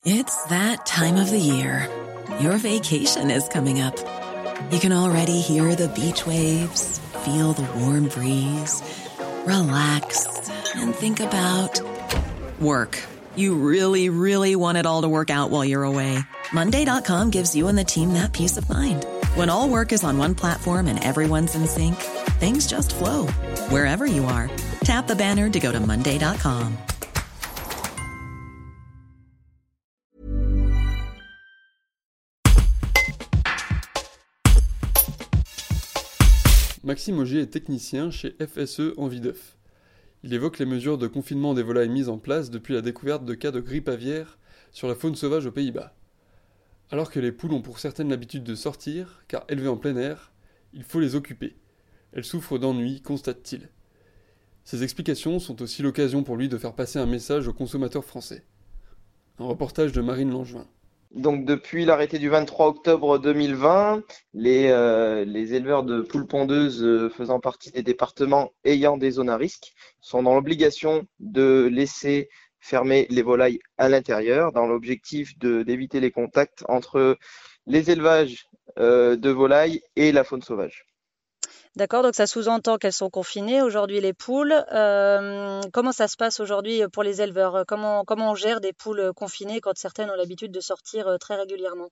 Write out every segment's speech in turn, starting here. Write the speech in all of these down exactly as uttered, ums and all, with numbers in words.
It's that time of the year. Your vacation is coming up. You can already hear the beach waves, feel the warm breeze, relax, and think about work. You really, really want it all to work out while you're away. Monday dot com gives you and the team that peace of mind. When all work is on one platform and everyone's in sync, things just flow. Wherever you are, tap the banner to go to Monday dot com. Maxime Augier est technicien chez F S E Envidœuf. Il évoque les mesures de confinement des volailles mises en place depuis la découverte de cas de grippe aviaire sur la faune sauvage aux Pays-Bas. Alors que les poules ont pour certaines l'habitude de sortir, car élevées en plein air, il faut les occuper. Elles souffrent d'ennui, constate-t-il. Ces explications sont aussi l'occasion pour lui de faire passer un message aux consommateurs français. Un reportage de Marine Langevin. Donc depuis l'arrêté du vingt-trois octobre deux mille vingt, les, euh, les éleveurs de poules pondeuses euh, faisant partie des départements ayant des zones à risque sont dans l'obligation de laisser fermer les volailles à l'intérieur dans l'objectif de, d'éviter les contacts entre les élevages euh, de volailles et la faune sauvage. D'accord, donc ça sous-entend qu'elles sont confinées aujourd'hui, les poules. Euh, comment ça se passe aujourd'hui pour les éleveurs? Comment, comment on gère des poules confinées quand certaines ont l'habitude de sortir très régulièrement?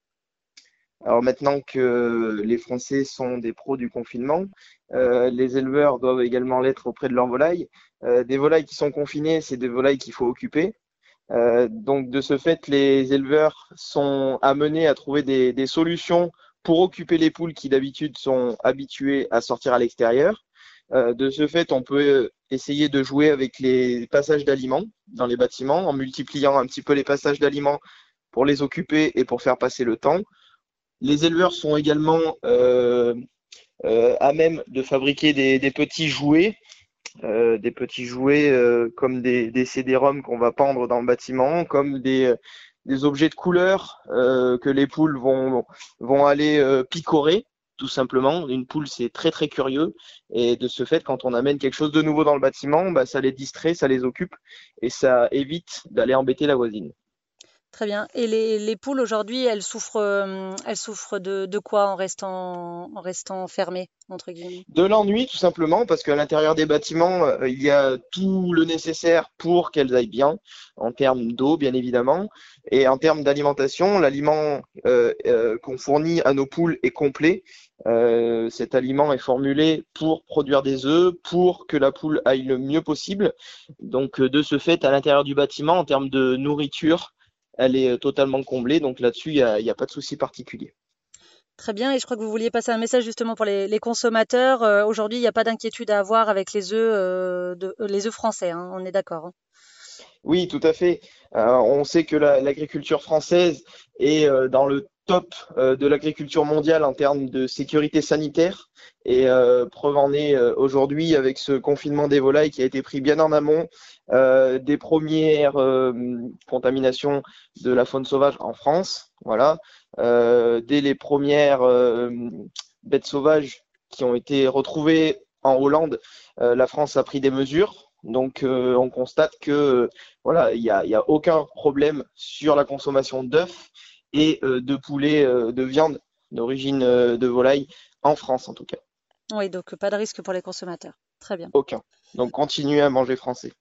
Alors maintenant que les Français sont des pros du confinement, euh, les éleveurs doivent également l'être auprès de leurs volailles. Euh, des volailles qui sont confinées, c'est des volailles qu'il faut occuper. Euh, donc de ce fait, les éleveurs sont amenés à trouver des, des solutions pour occuper les poules qui d'habitude sont habituées à sortir à l'extérieur. Euh, de ce fait, on peut essayer de jouer avec les passages d'aliments dans les bâtiments en multipliant un petit peu les passages d'aliments pour les occuper et pour faire passer le temps. Les éleveurs sont également euh, euh, à même de fabriquer des, des petits jouets, euh, des petits jouets euh, comme des, des C D-ROM qu'on va pendre dans le bâtiment, comme des des objets de couleur euh, que les poules vont vont aller euh, picorer, tout simplement. Une poule, c'est très très curieux, et de ce fait, quand on amène quelque chose de nouveau dans le bâtiment, bah, ça les distrait, ça les occupe, et ça évite d'aller embêter la voisine. Très bien. Et les, les poules aujourd'hui, elles souffrent, euh, elles souffrent de, de quoi en restant, en restant fermées, entre guillemets? De l'ennui, tout simplement, parce qu'à l'intérieur des bâtiments, euh, il y a tout le nécessaire pour qu'elles aillent bien, en termes d'eau, bien évidemment, et en termes d'alimentation. L'aliment euh, euh, qu'on fournit à nos poules est complet. Euh, cet aliment est formulé pour produire des œufs, pour que la poule aille le mieux possible. Donc, euh, de ce fait, à l'intérieur du bâtiment, en termes de nourriture, elle est totalement comblée. Donc là-dessus, il n'y a, il y a pas de souci particulier. Très bien, et je crois que vous vouliez passer un message justement pour les, les consommateurs. Euh, aujourd'hui, il n'y a pas d'inquiétude à avoir avec les œufs, euh, de, euh, les œufs français, hein, on est d'accord, hein. Oui, tout à fait. Euh, on sait que la- l'agriculture française est euh, dans le top euh, de l'agriculture mondiale en termes de sécurité sanitaire. Et euh, preuve en est euh, aujourd'hui avec ce confinement des volailles qui a été pris bien en amont euh, des premières euh, contaminations de la faune sauvage en France. Voilà. Euh, dès les premières euh, bêtes sauvages qui ont été retrouvées en Hollande, euh, la France a pris des mesures. Donc, euh, on constate que voilà, il y a, il y a aucun problème sur la consommation d'œufs et euh, de poulet, euh, de viande d'origine euh, de volaille en France en tout cas. Oui, donc pas de risque pour les consommateurs. Très bien. Aucun. Donc, continuez à manger français.